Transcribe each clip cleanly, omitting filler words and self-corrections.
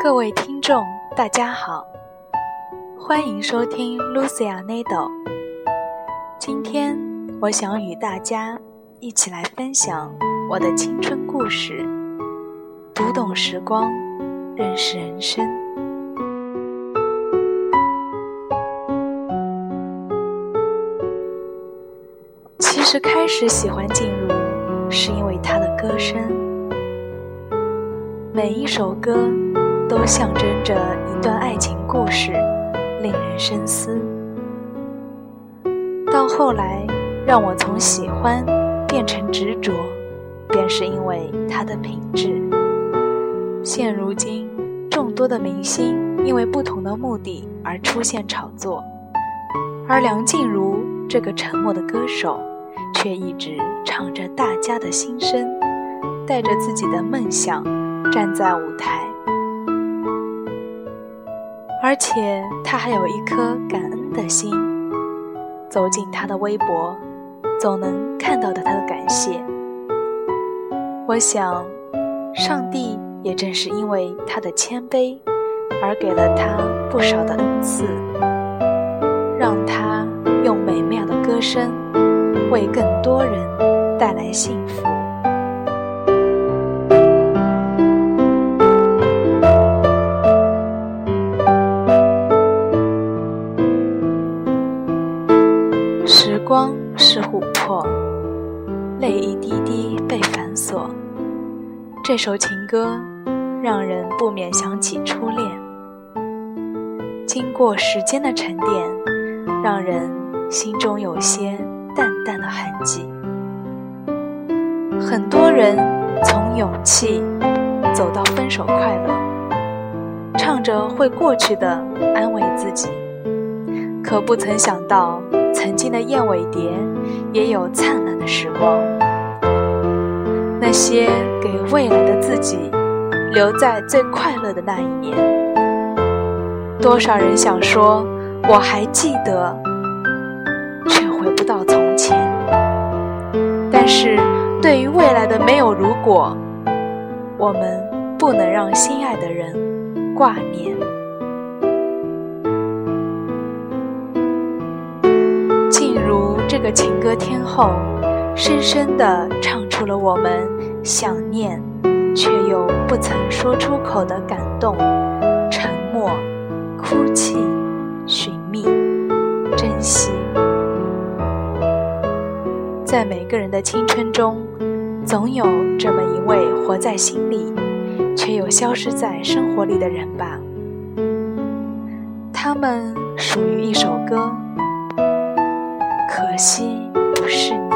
各位听众大家好，欢迎收听 Lucia Nado。 今天我想与大家一起来分享我的青春故事，读懂时光，认识人生。其实开始喜欢静茹是因为她的歌声，每一首歌都象征着一段爱情故事，令人深思。到后来让我从喜欢变成执着，便是因为她的品质。现如今众多的明星因为不同的目的而出现炒作，而梁静茹这个沉默的歌手却一直唱着大家的心声，带着自己的梦想站在舞台。而且他还有一颗感恩的心，走进他的微博，总能看到他的感谢。我想上帝也正是因为他的谦卑而给了他不少的恩赐，让他用美妙的歌声为更多人带来幸福。时光是琥珀，泪一滴滴被反锁。这首情歌让人不免想起初恋，经过时间的沉淀，让人心中有些淡淡的痕迹。很多人从勇气走到分手快乐，唱着会过去的安慰自己，可不曾想到曾经的燕尾蝶也有灿烂的时光。那些给未来的自己留在最快乐的那一年，多少人想说我还记得，却回不到从前。但是对于未来的没有如果，我们不能让心爱的人挂念。静茹这个情歌天后，深深地唱出了我们想念却又不曾说出口的感动、沉默、哭泣、寻觅、珍惜。在每个人的青春中，总有这么一位活在心里却又消失在生活里的人吧。他们属于一首歌，可惜不是你。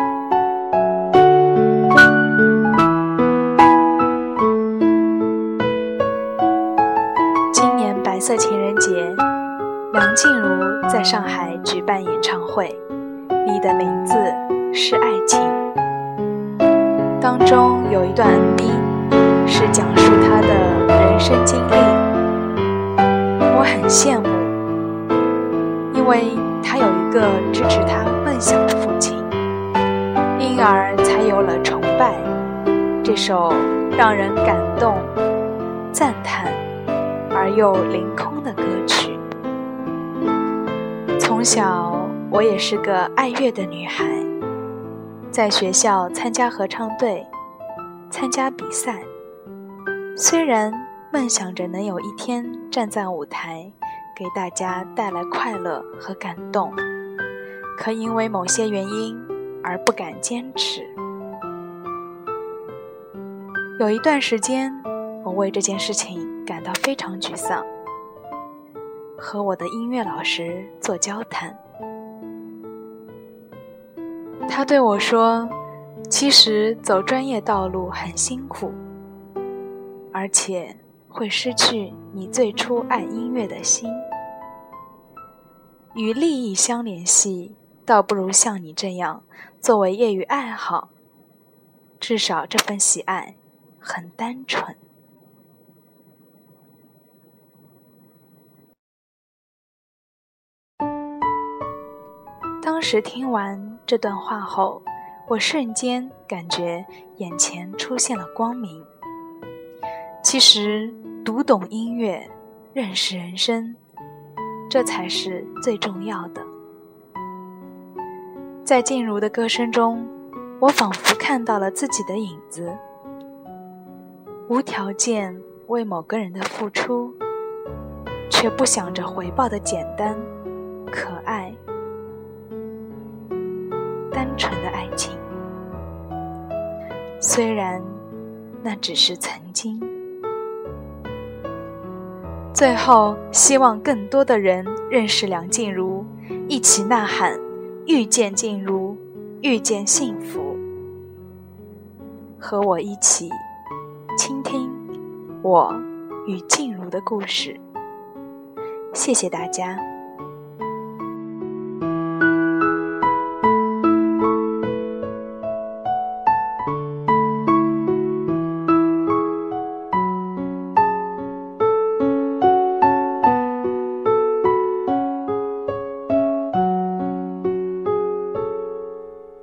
今年白色情人节，梁静茹在上海举办演唱会，你的名字是爱情。当中有一段 MV 是讲述她的人生经历，我很羡慕，因为她有一个支持她梦想的父亲，因而才有了崇拜这首让人感动、赞叹而又凌空的歌曲。从小我也是个爱乐的女孩，在学校参加合唱队，参加比赛。虽然梦想着能有一天站在舞台，给大家带来快乐和感动，可因为某些原因而不敢坚持。有一段时间，我为这件事情感到非常沮丧，和我的音乐老师做交谈。他对我说，其实走专业道路很辛苦，而且会失去你最初爱音乐的心。与利益相联系，倒不如像你这样作为业余爱好，至少这份喜爱很单纯。当时听完这段话后，我瞬间感觉眼前出现了光明。其实读懂音乐，认识人生，这才是最重要的。在静茹的歌声中，我仿佛看到了自己的影子，无条件为某个人的付出，却不想着回报的简单、可爱、单纯的爱情。虽然那只是曾经。最后，希望更多的人认识梁静茹，一起呐喊，遇见静茹，遇见幸福。和我一起倾听我与静茹的故事。谢谢大家。